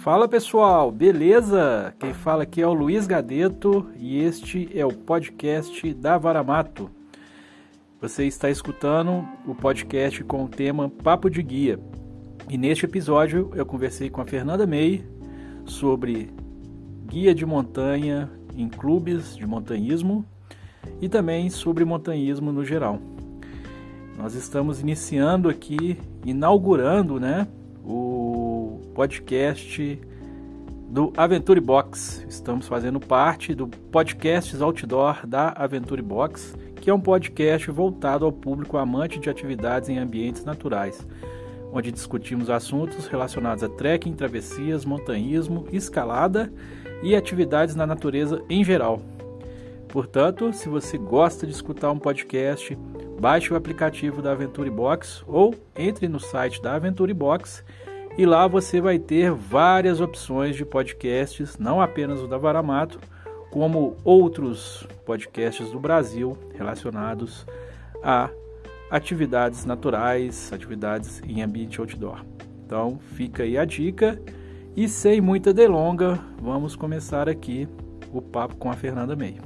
Fala pessoal, beleza? Quem fala aqui é o Luiz Gadeto e este é o podcast da Varamato. Você está escutando o podcast com o tema Papo de Guia. E neste episódio eu conversei com a Fernanda May sobre guia de montanha em clubes de montanhismo e também sobre montanhismo no geral. Nós estamos iniciando aqui, inaugurando, o podcast do Aventure Box. Estamos fazendo parte do Podcasts Outdoor da Aventure Box, que é um podcast voltado ao público amante de atividades em ambientes naturais, onde discutimos assuntos relacionados a trekking, travessias, montanhismo, escalada e atividades na natureza em geral. Portanto, se você gosta de escutar um podcast, baixe o aplicativo da Aventure Box ou entre no site da Aventure Box e lá você vai ter várias opções de podcasts, não apenas o da Varamato, como outros podcasts do Brasil relacionados a atividades naturais, atividades em ambiente outdoor. Então fica aí a dica e sem muita delonga, vamos começar aqui o papo com a Fernanda May.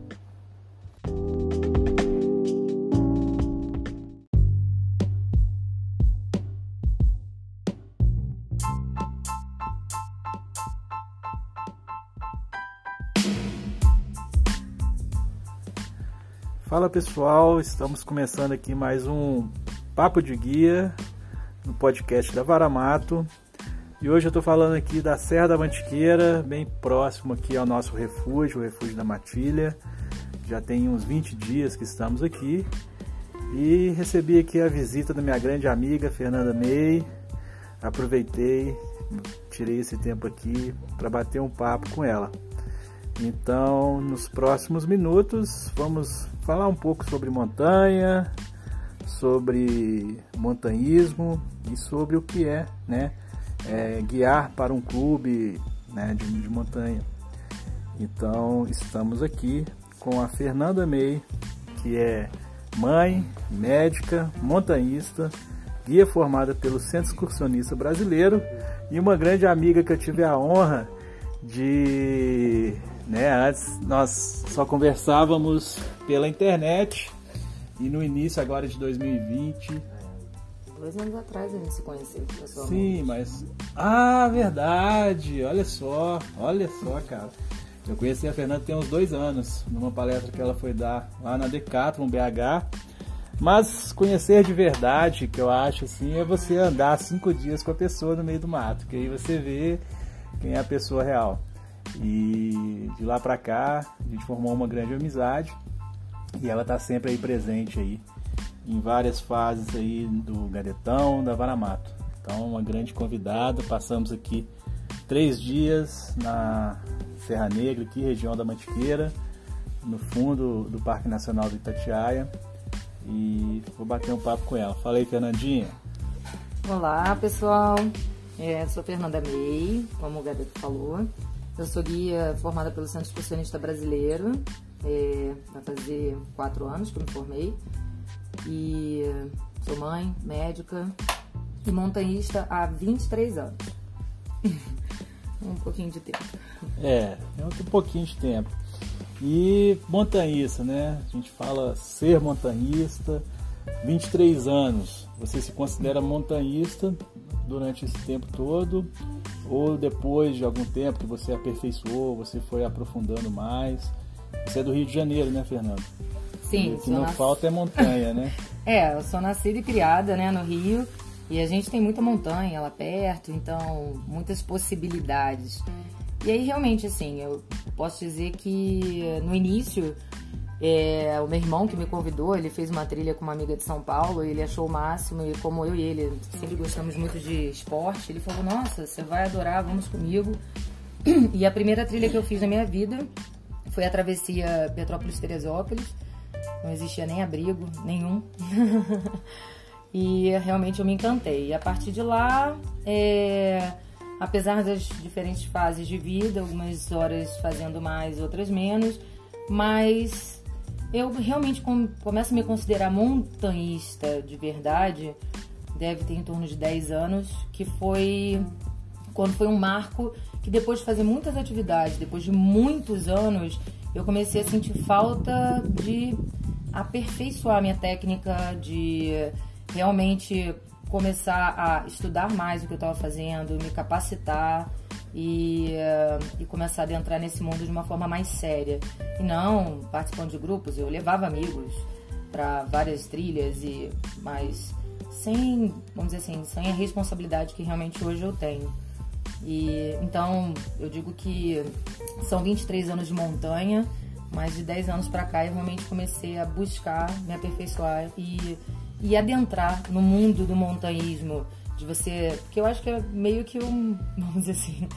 Fala pessoal, estamos começando aqui mais um Papo de Guia no podcast da Varamato e hoje eu estou falando aqui da Serra da Mantiqueira, bem próximo aqui ao nosso refúgio, o Refúgio da Matilha. Já tem uns 20 dias que estamos aqui e recebi aqui a visita da minha grande amiga Fernanda May. Aproveitei, tirei esse tempo aqui para bater um papo com ela. Então, nos próximos minutos, vamos falar um pouco sobre montanha, sobre montanhismo e sobre o que é, guiar para um clube, de montanha. Então, estamos aqui com a Fernanda May, que é mãe, médica, montanhista, guia formada pelo Centro Excursionista Brasileiro e uma grande amiga que eu tive a honra de... Antes nós só conversávamos pela internet e no início agora de 2020... 2 anos atrás a gente se conheceu pessoalmente. Sim, mas... verdade! Olha só, cara. Eu conheci a Fernanda tem uns 2 anos, numa palestra que ela foi dar lá na Decathlon, BH. Mas conhecer de verdade, que eu acho assim, é você andar 5 dias com a pessoa no meio do mato, que aí você vê quem é a pessoa real. E de lá pra cá a gente formou uma grande amizade e ela tá sempre aí presente aí em várias fases aí do Gadetão, da Varamato. Então uma grande convidada. Passamos aqui 3 dias na Serra Negra, aqui região da Mantiqueira, no fundo do Parque Nacional do Itatiaia, e vou bater um papo com ela. Fala aí, Fernandinha. Olá pessoal, sou Fernanda May, como o Gadeto falou. Eu sou guia formada pelo Centro Excursionista Brasileiro, vai fazer 4 anos que eu me formei, e sou mãe, médica e montanhista há 23 anos. Um pouquinho de tempo. É um pouquinho de tempo. E montanhista, A gente fala ser montanhista, 23 anos. Você se considera montanhista durante esse tempo todo? Ou depois de algum tempo que você aperfeiçoou, você foi aprofundando mais? Você é do Rio de Janeiro, né, Fernanda? Sim. O que não falta é montanha, né? Eu sou nascida e criada, no Rio, e a gente tem muita montanha lá perto, então muitas possibilidades. E aí realmente, assim, eu posso dizer que no início, o meu irmão que me convidou, ele fez uma trilha com uma amiga de São Paulo, ele achou o máximo, e como eu e ele sempre gostamos muito de esporte, ele falou, nossa, você vai adorar, vamos comigo. E a primeira trilha que eu fiz na minha vida foi a travessia Petrópolis-Teresópolis, não existia nem abrigo, nenhum. E realmente eu me encantei. E a partir de lá, apesar das diferentes fases de vida, algumas horas fazendo mais, outras menos, mas eu realmente começo a me considerar montanhista de verdade, deve ter em torno de 10 anos, que foi quando foi um marco que depois de fazer muitas atividades, depois de muitos anos, eu comecei a sentir falta de aperfeiçoar minha técnica, de realmente começar a estudar mais o que eu estava fazendo, me capacitar e começar a adentrar nesse mundo de uma forma mais séria. E não participando de grupos, eu levava amigos para várias trilhas, mas sem, vamos dizer assim, sem a responsabilidade que realmente hoje eu tenho. E então eu digo que são 23 anos de montanha, mas de 10 anos para cá eu realmente comecei a buscar me aperfeiçoar e adentrar no mundo do montanhismo, de você, que eu acho que é meio que vamos dizer assim,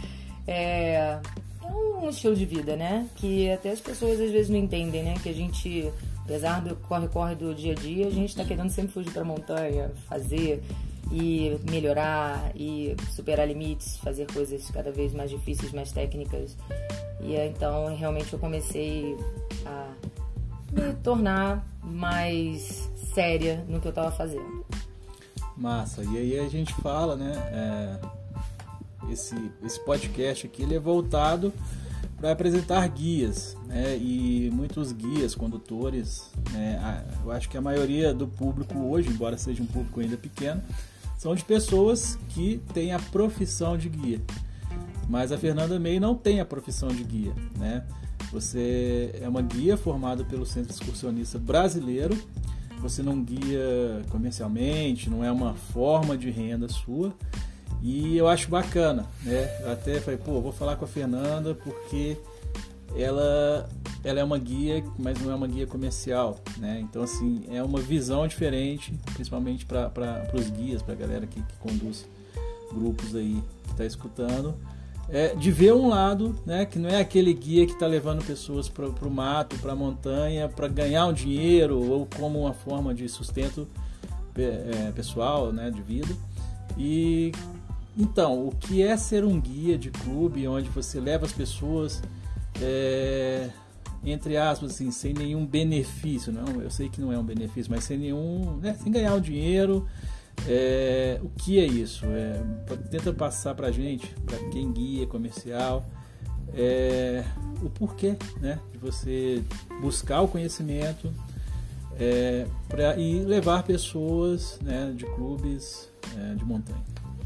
é um estilo de vida, né? Que até as pessoas às vezes não entendem, né? Que a gente, apesar do corre-corre do dia a dia, a gente tá querendo sempre fugir pra montanha, fazer e melhorar e superar limites, fazer coisas cada vez mais difíceis, mais técnicas. E então realmente eu comecei a me tornar mais séria no que eu tava fazendo. Massa, e aí a gente fala, né, esse podcast aqui ele é voltado para apresentar guias, né, e muitos guias, condutores, né, eu acho que a maioria do público hoje, embora seja um público ainda pequeno, são de pessoas que têm a profissão de guia, mas a Fernanda May não tem a profissão de guia, né? Você é uma guia formada pelo Centro Excursionista Brasileiro. Você não guia comercialmente, não é uma forma de renda sua. E eu acho bacana, né? Eu até falei, vou falar com a Fernanda porque ela é uma guia, mas não é uma guia comercial, né? Então, assim, é uma visão diferente, principalmente para os guias, para a galera que conduz grupos aí, que está escutando. De ver um lado, né, que não é aquele guia que está levando pessoas para o mato, para a montanha, para ganhar um dinheiro ou como uma forma de sustento pessoal, né, de vida. E então, o que é ser um guia de clube onde você leva as pessoas, entre aspas, assim, sem nenhum benefício? Não, eu sei que não é um benefício, mas sem nenhum, né, sem ganhar um dinheiro. O que é isso? Tenta passar pra gente, para quem guia comercial, o porquê, né, de você buscar o conhecimento e levar pessoas, né, de clubes de montanha.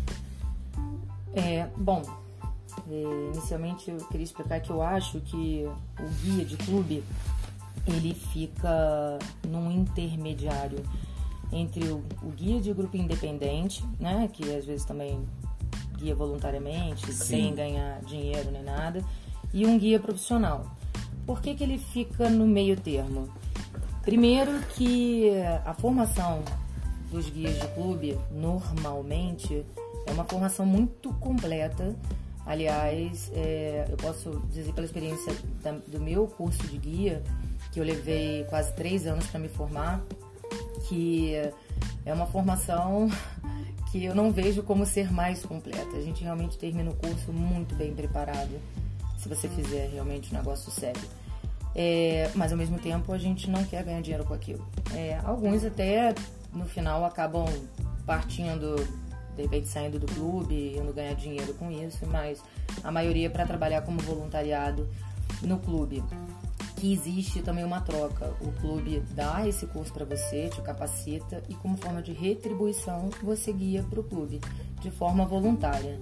Bom, inicialmente eu queria explicar que eu acho que o guia de clube ele fica num intermediário entre o guia de grupo independente, né, que às vezes também guia voluntariamente, sim, sem ganhar dinheiro nem nada, e um guia profissional. Por que ele fica no meio termo? Primeiro que a formação dos guias de clube, normalmente, é uma formação muito completa. Aliás, eu posso dizer pela experiência do meu curso de guia, que eu levei quase 3 anos para me formar, que é uma formação que eu não vejo como ser mais completa. A gente realmente termina o curso muito bem preparado, se você fizer realmente um negócio sério. Mas ao mesmo tempo a gente não quer ganhar dinheiro com aquilo. Alguns até no final acabam partindo, de repente saindo do clube e indo ganhar dinheiro com isso, mas a maioria para trabalhar como voluntariado no clube. Que existe também uma troca. O clube dá esse curso para você, te capacita e como forma de retribuição você guia para o clube de forma voluntária.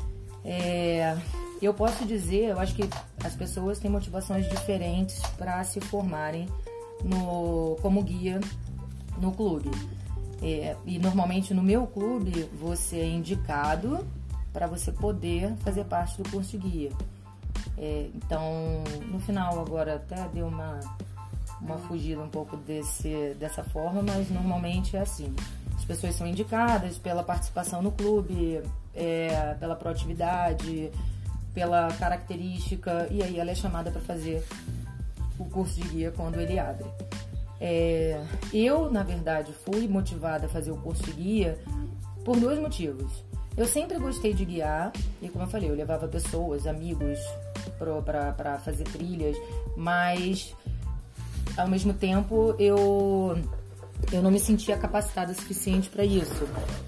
Eu posso dizer, eu acho que as pessoas têm motivações diferentes para se formarem como guia no clube. E normalmente no meu clube você é indicado para você poder fazer parte do curso de guia. Então, no final agora até deu uma fugida um pouco dessa forma, mas normalmente é assim. As pessoas são indicadas pela participação no clube, pela proatividade, pela característica, e aí ela é chamada para fazer o curso de guia quando ele abre. Eu, na verdade, fui motivada a fazer o curso de guia por 2 motivos. Eu sempre gostei de guiar, e como eu falei, eu levava pessoas, amigos, para fazer trilhas, mas ao mesmo tempo eu não me sentia capacitada o suficiente para isso.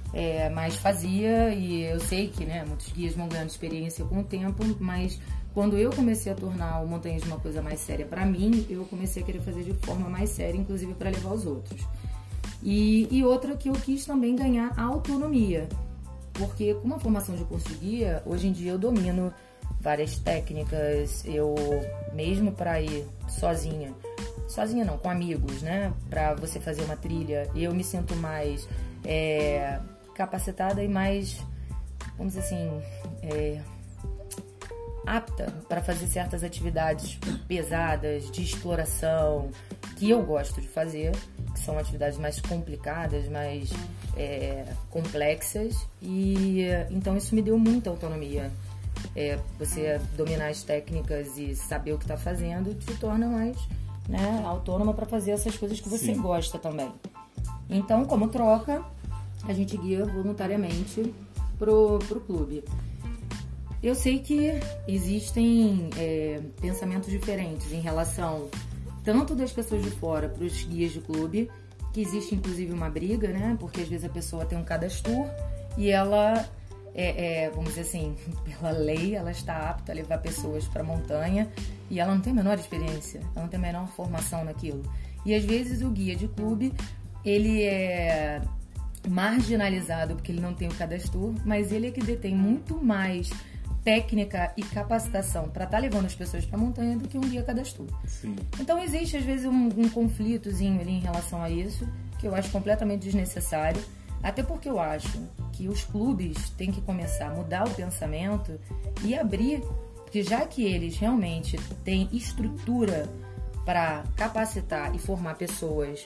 mas fazia, e eu sei que, né, muitos guias vão ganhando experiência com o tempo, mas quando eu comecei a tornar o montanhismo uma coisa mais séria para mim, eu comecei a querer fazer de forma mais séria, inclusive para levar os outros. E outra que eu quis também ganhar autonomia, porque com uma formação de curso de guia, hoje em dia eu domino várias técnicas, eu mesmo para ir sozinha não, com amigos, né, para você fazer uma trilha, eu me sinto mais capacitada e mais, vamos dizer assim, apta para fazer certas atividades pesadas, de exploração, que eu gosto de fazer, que são atividades mais complicadas, mais complexas, e então isso me deu muita autonomia. Você dominar as técnicas e saber o que está fazendo te torna mais, né, autônoma para fazer essas coisas que você gosta também. Então, como troca, a gente guia voluntariamente pro clube. Eu sei que existem pensamentos diferentes em relação tanto das pessoas de fora para os guias de clube, que existe inclusive uma briga, né? Porque às vezes a pessoa tem um cadastro e ela, vamos dizer assim, pela lei, ela está apta a levar pessoas para a montanha e ela não tem a menor experiência, ela não tem a menor formação naquilo. E às vezes o guia de clube, ele é marginalizado porque ele não tem o cadastro, mas ele é que detém muito mais técnica e capacitação para estar levando as pessoas para a montanha do que um guia cadastro. Sim. Então existe às vezes um conflitozinho ali em relação a isso, que eu acho completamente desnecessário, até porque eu acho que os clubes têm que começar a mudar o pensamento e abrir, porque já que eles realmente têm estrutura para capacitar e formar pessoas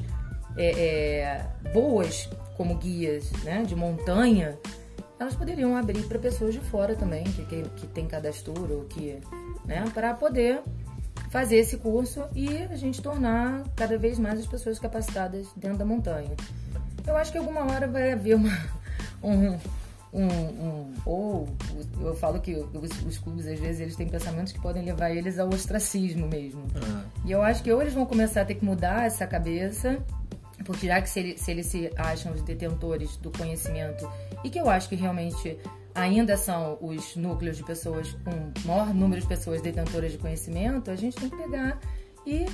boas como guias, né, de montanha, elas poderiam abrir para pessoas de fora também, que tem cadastro, né, para poder fazer esse curso e a gente tornar cada vez mais as pessoas capacitadas dentro da montanha. Eu acho que alguma hora vai haver ou eu falo que os clubes às vezes eles têm pensamentos que podem levar eles ao ostracismo mesmo. E eu acho que ou eles vão começar a ter que mudar essa cabeça, porque já que se eles se acham os detentores do conhecimento, e que eu acho que realmente ainda são os núcleos de pessoas com maior número de pessoas detentoras de conhecimento, a gente tem que pegar e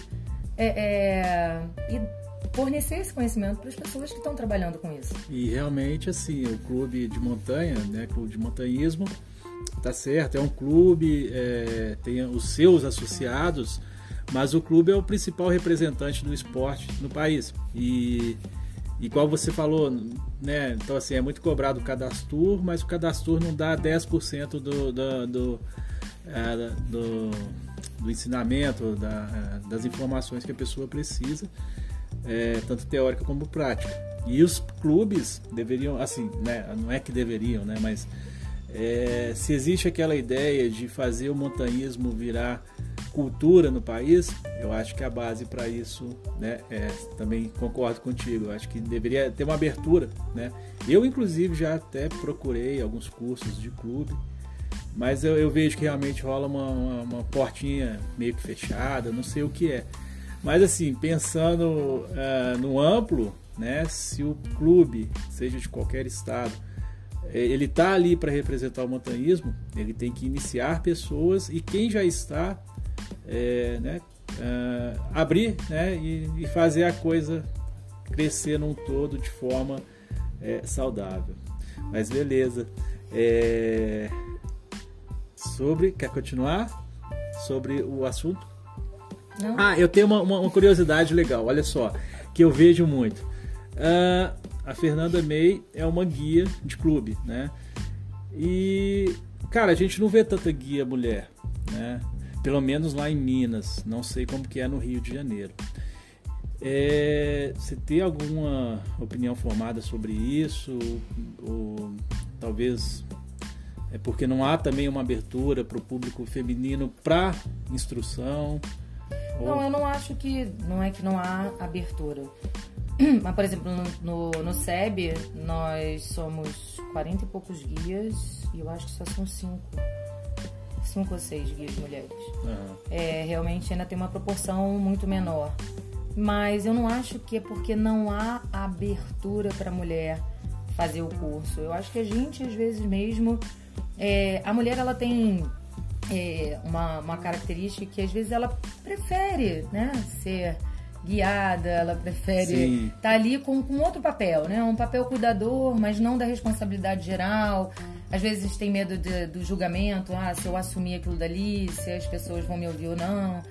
fornecer esse conhecimento para as pessoas que estão trabalhando com isso. E realmente, assim, o clube de montanha, né, clube de montanhismo, tá certo, é um clube, tem os seus associados, mas o clube é o principal representante do esporte no país. E igual você falou, né? Então assim, é muito cobrado o cadastro, mas o cadastro não dá 10% do ensinamento, das informações que a pessoa precisa, tanto teórica como prática. E os clubes deveriam, assim, né? Não é que deveriam, né? Mas se existe aquela ideia de fazer o montanhismo virar cultura no país, eu acho que a base para isso, né, também concordo contigo, eu acho que deveria ter uma abertura, né? Eu inclusive já até procurei alguns cursos de clube, mas eu vejo que realmente rola uma portinha meio que fechada, não sei o que é, mas assim, pensando no amplo, né, se o clube, seja de qualquer estado, ele está ali para representar o montanhismo, ele tem que iniciar pessoas e quem já está abrir, né, e fazer a coisa crescer num todo de forma saudável. Mas beleza. Quer continuar? Sobre o assunto? Não. Eu tenho uma curiosidade legal, olha só, que eu vejo muito. A Fernanda May é uma guia de clube, né? E, cara, a gente não vê tanta guia mulher, né? Pelo menos lá em Minas, não sei como que é no Rio de Janeiro. Você tem alguma opinião formada sobre isso? Ou talvez é porque não há também uma abertura para o público feminino para instrução? Não, eu não acho que não há abertura. Mas, por exemplo, no SEB, nós somos 40 e poucos guias e eu acho que só são 5 ou 6 guias mulheres. Realmente ainda tem uma proporção muito menor. Mas eu não acho que é porque não há abertura para a mulher fazer o curso. Eu acho que a gente, às vezes mesmo, a mulher, ela tem uma característica que às vezes ela prefere, né, ser guiada, ela prefere estar ali com outro papel, né, um papel cuidador, mas não da responsabilidade geral. Às vezes tem medo do julgamento, se eu assumir aquilo dali, se as pessoas vão me ouvir ou não.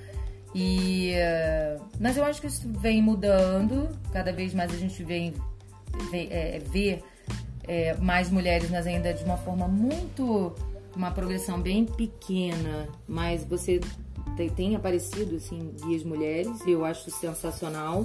Mas eu acho que isso vem mudando, cada vez mais a gente vê mais mulheres, mas ainda de uma forma uma progressão bem pequena, mas você tem aparecido, assim, guias mulheres, e eu acho sensacional.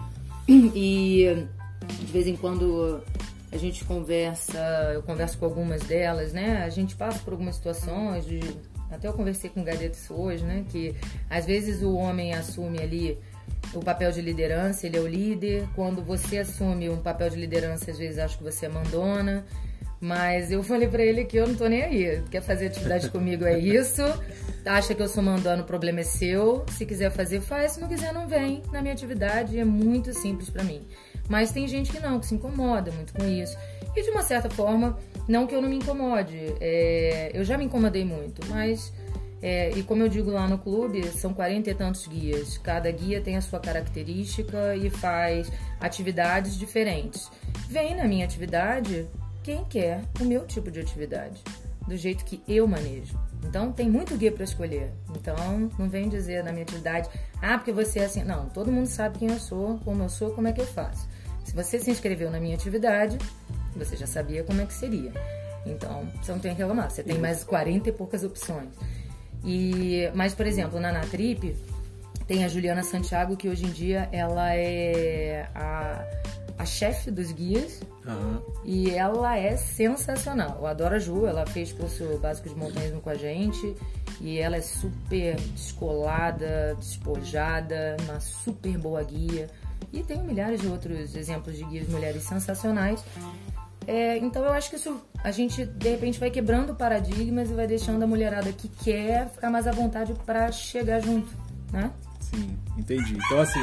E de vez em quando a gente eu converso com algumas delas, né, a gente passa por algumas situações, até eu conversei com o Gadeto hoje, né, que às vezes o homem assume ali o papel de liderança, ele é o líder. Quando você assume um papel de liderança, às vezes acho que você é mandona. Mas eu falei pra ele que eu não tô nem aí. Quer fazer atividade comigo, é isso. Acha que eu sou mandona, o problema é seu. Se quiser fazer, faz. Se não quiser, não vem na minha atividade. É muito simples pra mim. Mas tem gente que não, que se incomoda muito com isso. E de uma certa forma, não que eu não me incomode. Eu já me incomodei muito, mas... e como eu digo lá no clube, são 40 e tantos guias. Cada guia tem a sua característica e faz atividades diferentes. Vem na minha atividade quem quer o meu tipo de atividade, do jeito que eu manejo. Então, tem muito guia para escolher. Então, não vem dizer na minha atividade, porque você é assim. Não, todo mundo sabe quem eu sou, como é que eu faço. Se você se inscreveu na minha atividade, você já sabia como é que seria. Então, você não tem que reclamar. Você tem mais 40 e poucas opções. Mas, por exemplo, na Natrip, tem a Juliana Santiago, que hoje em dia ela é a chefe dos guias. E ela é sensacional. Eu adoro a Ju, ela fez curso básico de montanhismo com a gente. E ela é super descolada, despojada, uma super boa guia. E tem milhares de outros exemplos de guias mulheres sensacionais. Então eu acho que isso, a gente de repente vai quebrando paradigmas e vai deixando a mulherada que quer ficar mais à vontade para chegar junto, né? Sim, entendi. Então assim,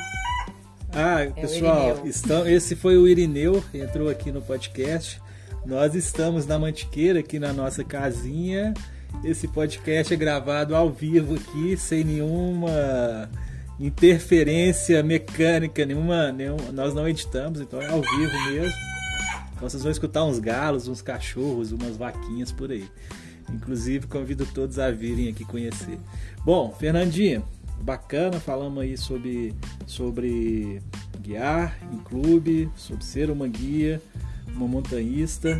pessoal, esse foi o Irineu, que entrou aqui no podcast. Nós estamos na Mantiqueira, aqui na nossa casinha. Esse podcast é gravado ao vivo aqui, sem nenhuma interferência mecânica, nenhuma, nós não editamos, então é ao vivo mesmo. Então vocês vão escutar uns galos, uns cachorros, umas vaquinhas por aí. Inclusive, convido todos a virem aqui conhecer. Bom, Fernandinha, bacana, falamos aí sobre guiar em clube, sobre ser uma guia, uma montanhista.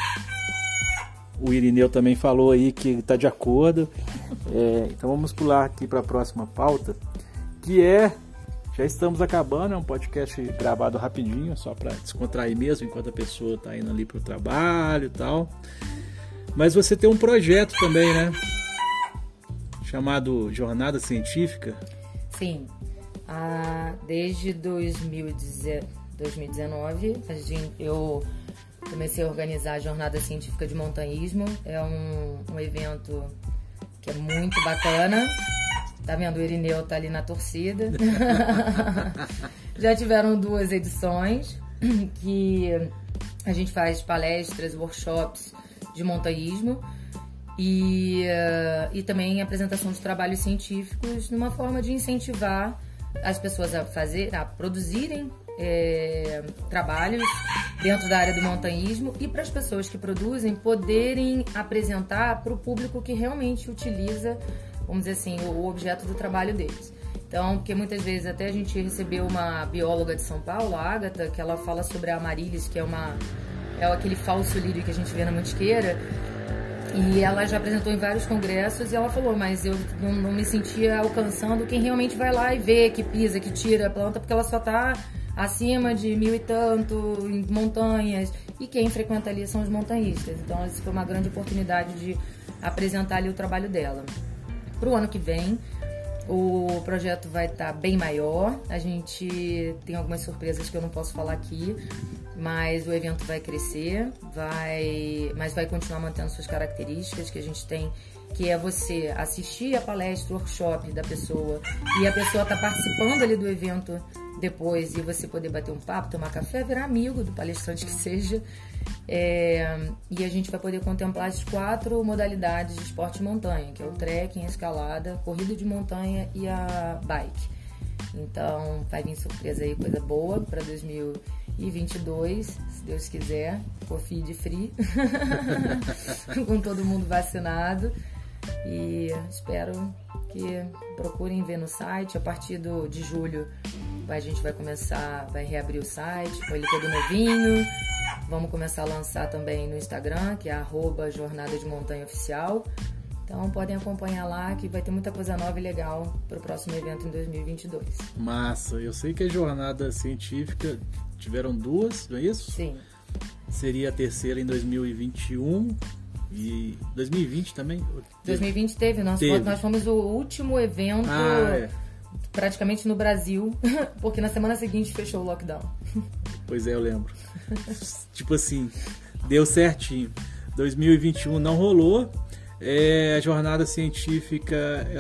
O Irineu também falou aí que está de acordo. Então vamos pular aqui para a próxima pauta, que já estamos acabando, é um podcast gravado rapidinho, só para descontrair mesmo, enquanto a pessoa está indo ali para o trabalho e tal. Mas você tem um projeto também, né? Chamado Jornada Científica. Sim. Desde 2019, eu comecei a organizar a Jornada Científica de Montanhismo. É um evento que é muito bacana. Tá vendo? O Irineu tá ali na torcida. Já tiveram 2 edições que a gente faz palestras, workshops de montanhismo e também apresentação de trabalhos científicos numa forma de incentivar as pessoas a produzirem trabalhos dentro da área do montanhismo e para as pessoas que produzem poderem apresentar para o público que realmente utiliza, vamos dizer assim, o objeto do trabalho deles. Então, porque muitas vezes até a gente recebeu uma bióloga de São Paulo, a Ágata, que ela fala sobre a Amaryllis, que é aquele falso lírio que a gente vê na Mantiqueira, e ela já apresentou em vários congressos e ela falou, mas eu não me sentia alcançando quem realmente vai lá e vê, que pisa, que tira a planta, porque ela só está acima de 1000 e tanto, em montanhas, e quem frequenta ali são os montanhistas. Então, isso foi uma grande oportunidade de apresentar ali o trabalho dela. Para o ano que vem, o projeto vai estar bem maior. A gente tem algumas surpresas que eu não posso falar aqui, mas o evento vai crescer, mas vai continuar mantendo suas características que a gente tem, que é você assistir a palestra, workshop da pessoa, e a pessoa tá participando ali do evento depois, e você poder bater um papo, tomar café, virar amigo do palestrante que seja. E a gente vai poder contemplar as 4 modalidades de esporte de montanha, que é o trekking, a escalada, corrida de montanha e a bike. Então vai vir surpresa aí, coisa boa para 2022, se Deus quiser, Covid free, com todo mundo vacinado. E espero que procurem ver no site. A partir de julho a gente vai reabrir o site com ele todo novinho. Vamos começar a lançar também no Instagram, que é @Jornada de Montanha Oficial. Então podem acompanhar lá, que vai ter muita coisa nova e legal para o próximo evento em 2022. Massa, eu sei que a jornada científica tiveram 2, não é isso? Sim. Seria a terceira em 2021 e 2020 também? 2020 teve. Nós fomos o último evento praticamente no Brasil, porque na semana seguinte fechou o lockdown. Pois é, eu lembro. Tipo assim, deu certinho. 2021 não rolou. A jornada científica,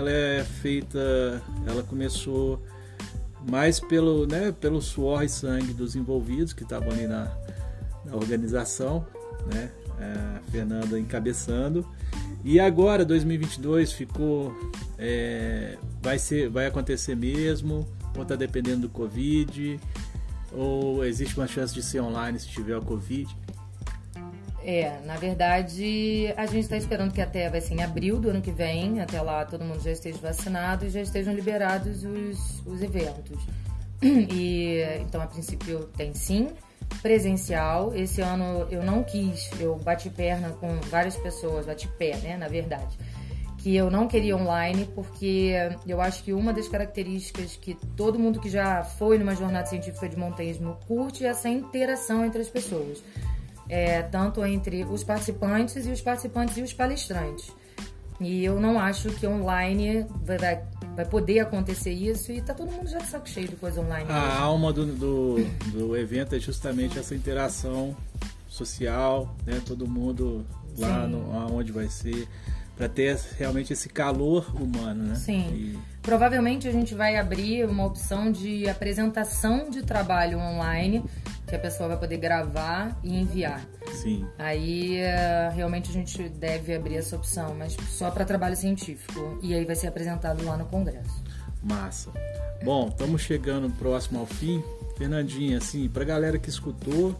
ela começou mais pelo suor e sangue dos envolvidos que estavam ali na organização, né? A Fernanda encabeçando. E agora 2022 ficou, vai acontecer mesmo, ou tá dependendo do Covid, ou existe uma chance de ser online se tiver o Covid? Na verdade, a gente está esperando que até vai ser em abril do ano que vem, até lá todo mundo já esteja vacinado e já estejam liberados os eventos. Então, a princípio, tem sim, presencial. Esse ano eu não quis, eu bati perna com várias pessoas, bati pé, né, na verdade, que eu não queria online, porque eu acho que uma das características que todo mundo que já foi numa jornada científica de montanhismo curte é essa interação entre as pessoas. Tanto entre os participantes e os palestrantes. E eu não acho que online vai poder acontecer isso, e tá todo mundo já de saco cheio de coisa online. A alma do evento é justamente essa interação social, né? Todo mundo lá onde vai ser, para ter realmente esse calor humano, né? Sim. Provavelmente a gente vai abrir uma opção de apresentação de trabalho online, que a pessoa vai poder gravar e enviar. Sim. Aí realmente a gente deve abrir essa opção, mas só para trabalho científico. E aí vai ser apresentado lá no congresso. Massa. Bom, estamos chegando próximo ao fim. Fernandinha, assim, para a galera que escutou,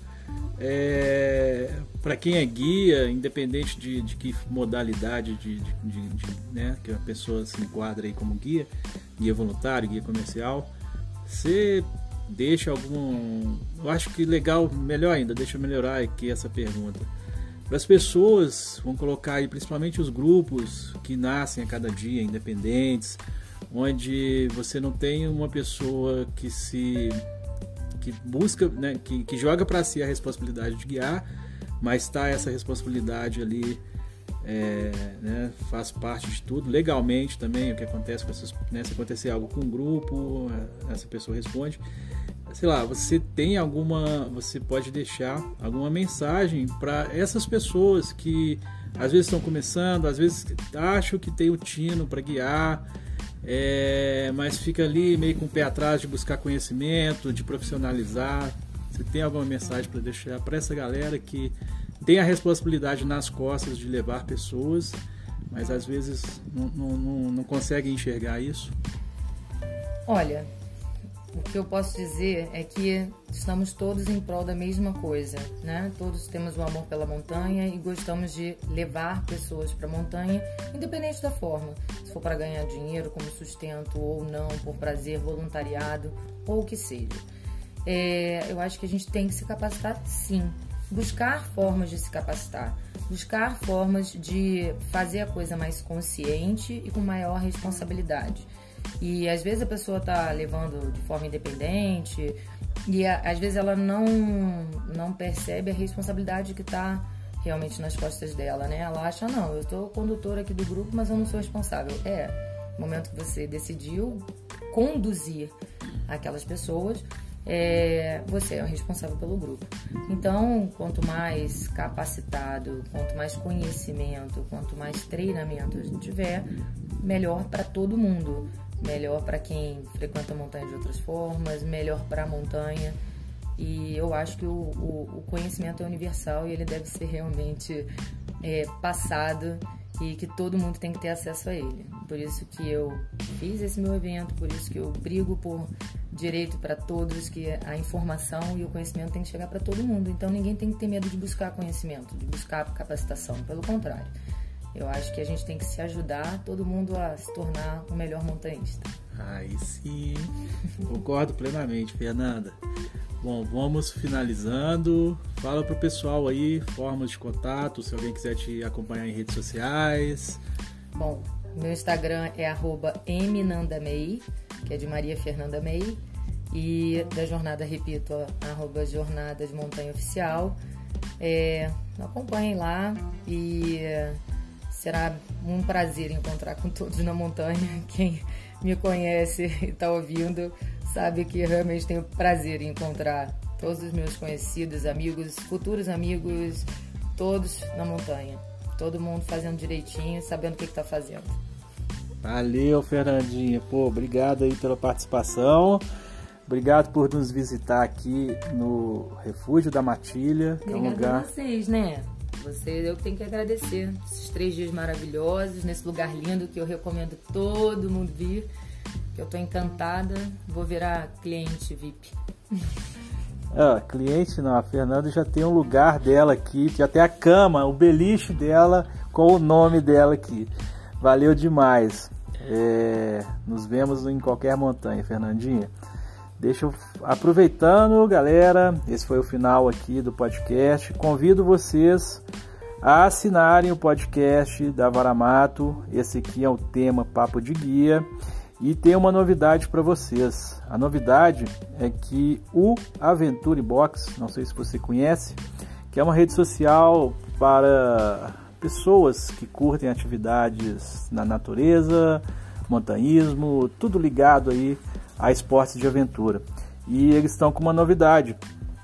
para quem é guia, independente de que modalidade né, que a pessoa se enquadra aí como guia voluntário, guia comercial, você deixa eu acho que legal, melhor ainda, deixa eu melhorar aqui essa pergunta. Para as pessoas, vamos colocar aí principalmente os grupos que nascem a cada dia, independentes, onde você não tem uma pessoa que busca, né, que joga para si a responsabilidade de guiar, mas está essa responsabilidade ali, né, faz parte de tudo, legalmente também, o que acontece com essas, né, se acontecer algo com um grupo, essa pessoa responde. Sei lá, você pode deixar alguma mensagem para essas pessoas que às vezes estão começando, às vezes acham que tem o tino para guiar, mas fica ali meio com o pé atrás de buscar conhecimento, de profissionalizar. Você tem alguma mensagem para deixar para essa galera que tem a responsabilidade nas costas de levar pessoas, mas às vezes não consegue enxergar isso? Olha, o que eu posso dizer é que estamos todos em prol da mesma coisa, né? Todos temos o amor pela montanha e gostamos de levar pessoas para a montanha, independente da forma. Se for para ganhar dinheiro como sustento ou não, por prazer, voluntariado ou o que seja. Eu acho que a gente tem que se capacitar, sim. Buscar formas de se capacitar. Buscar formas de fazer a coisa mais consciente e com maior responsabilidade. E às vezes a pessoa está levando de forma independente e às vezes ela não percebe a responsabilidade que está realmente nas costas dela, né? Ela acha, não, eu estou condutora aqui do grupo, mas eu não sou responsável. No momento que você decidiu conduzir aquelas pessoas, você é o responsável pelo grupo. Então, quanto mais capacitado, quanto mais conhecimento, quanto mais treinamento a gente tiver, melhor para todo mundo. Melhor para quem frequenta a montanha de outras formas, melhor para a montanha. E eu acho que o conhecimento é universal e ele deve ser realmente passado e que todo mundo tem que ter acesso a ele. Por isso que eu fiz esse meu evento, por isso que eu brigo por direito para todos, que a informação e o conhecimento tem que chegar para todo mundo. Então ninguém tem que ter medo de buscar conhecimento, de buscar capacitação. Pelo contrário, eu acho que a gente tem que se ajudar, todo mundo a se tornar um melhor montanhista. Aí sim, concordo plenamente, Fernanda. Bom, vamos finalizando. Fala pro pessoal aí, formas de contato, se alguém quiser te acompanhar em redes sociais. Bom, meu Instagram é @mnandamei, que é de Maria Fernanda Mei, e da jornada, repito, @jornada de montanha oficial. Acompanhem lá e será um prazer encontrar com todos na montanha. Quem me conhece e está ouvindo sabe que eu realmente tenho prazer em encontrar todos os meus conhecidos, amigos, futuros amigos, todos na montanha. Todo mundo fazendo direitinho, sabendo o que está fazendo. Valeu, Fernandinha. Obrigado aí pela participação. Obrigado por nos visitar aqui no Refúgio da Matilha. Obrigada, é um lugar... a vocês, né? Eu tenho que agradecer esses 3 dias maravilhosos, nesse lugar lindo que eu recomendo todo mundo vir. Eu tô encantada, vou virar cliente VIP. Cliente não, a Fernanda já tem um lugar dela aqui, já tem a cama, o beliche dela com o nome dela aqui. Valeu demais. Nos vemos em qualquer montanha, Fernandinha. Aproveitando, galera, esse foi o final aqui do podcast. Convido vocês a assinarem o podcast da Varamato. Esse aqui é o tema Papo de Guia. E tem uma novidade para vocês. A novidade é que o Aventure Box, não sei se você conhece, que é uma rede social para pessoas que curtem atividades na natureza, montanhismo, tudo ligado aí a esportes de aventura. E eles estão com uma novidade.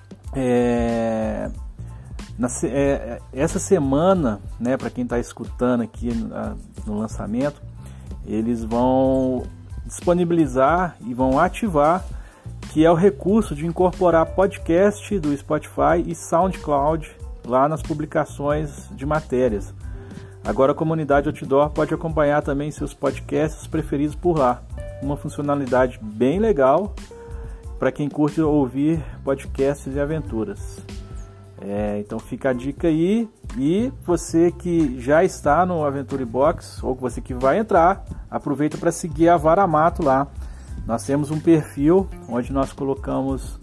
Essa semana, né, para quem está escutando aqui no lançamento, eles vão disponibilizar e vão ativar, que é o recurso de incorporar podcast do Spotify e SoundCloud lá nas publicações de matérias. Agora a comunidade Outdoor pode acompanhar também seus podcasts preferidos por lá. Uma funcionalidade bem legal para quem curte ouvir podcasts de aventuras. Então fica a dica aí. E você que já está no Aventure Box, ou você que vai entrar, aproveita para seguir a Varamato lá. Nós temos um perfil onde nós colocamos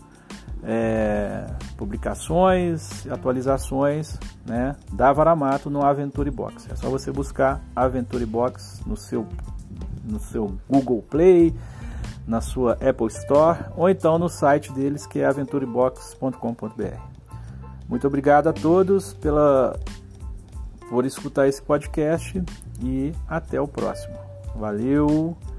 publicações, atualizações, né, da Varamato no Aventure Box. É só você buscar Aventure Box no seu Google Play, na sua Apple Store, ou então no site deles, que é aventurebox.com.br. Muito obrigado a todos por escutar esse podcast e até o próximo. Valeu!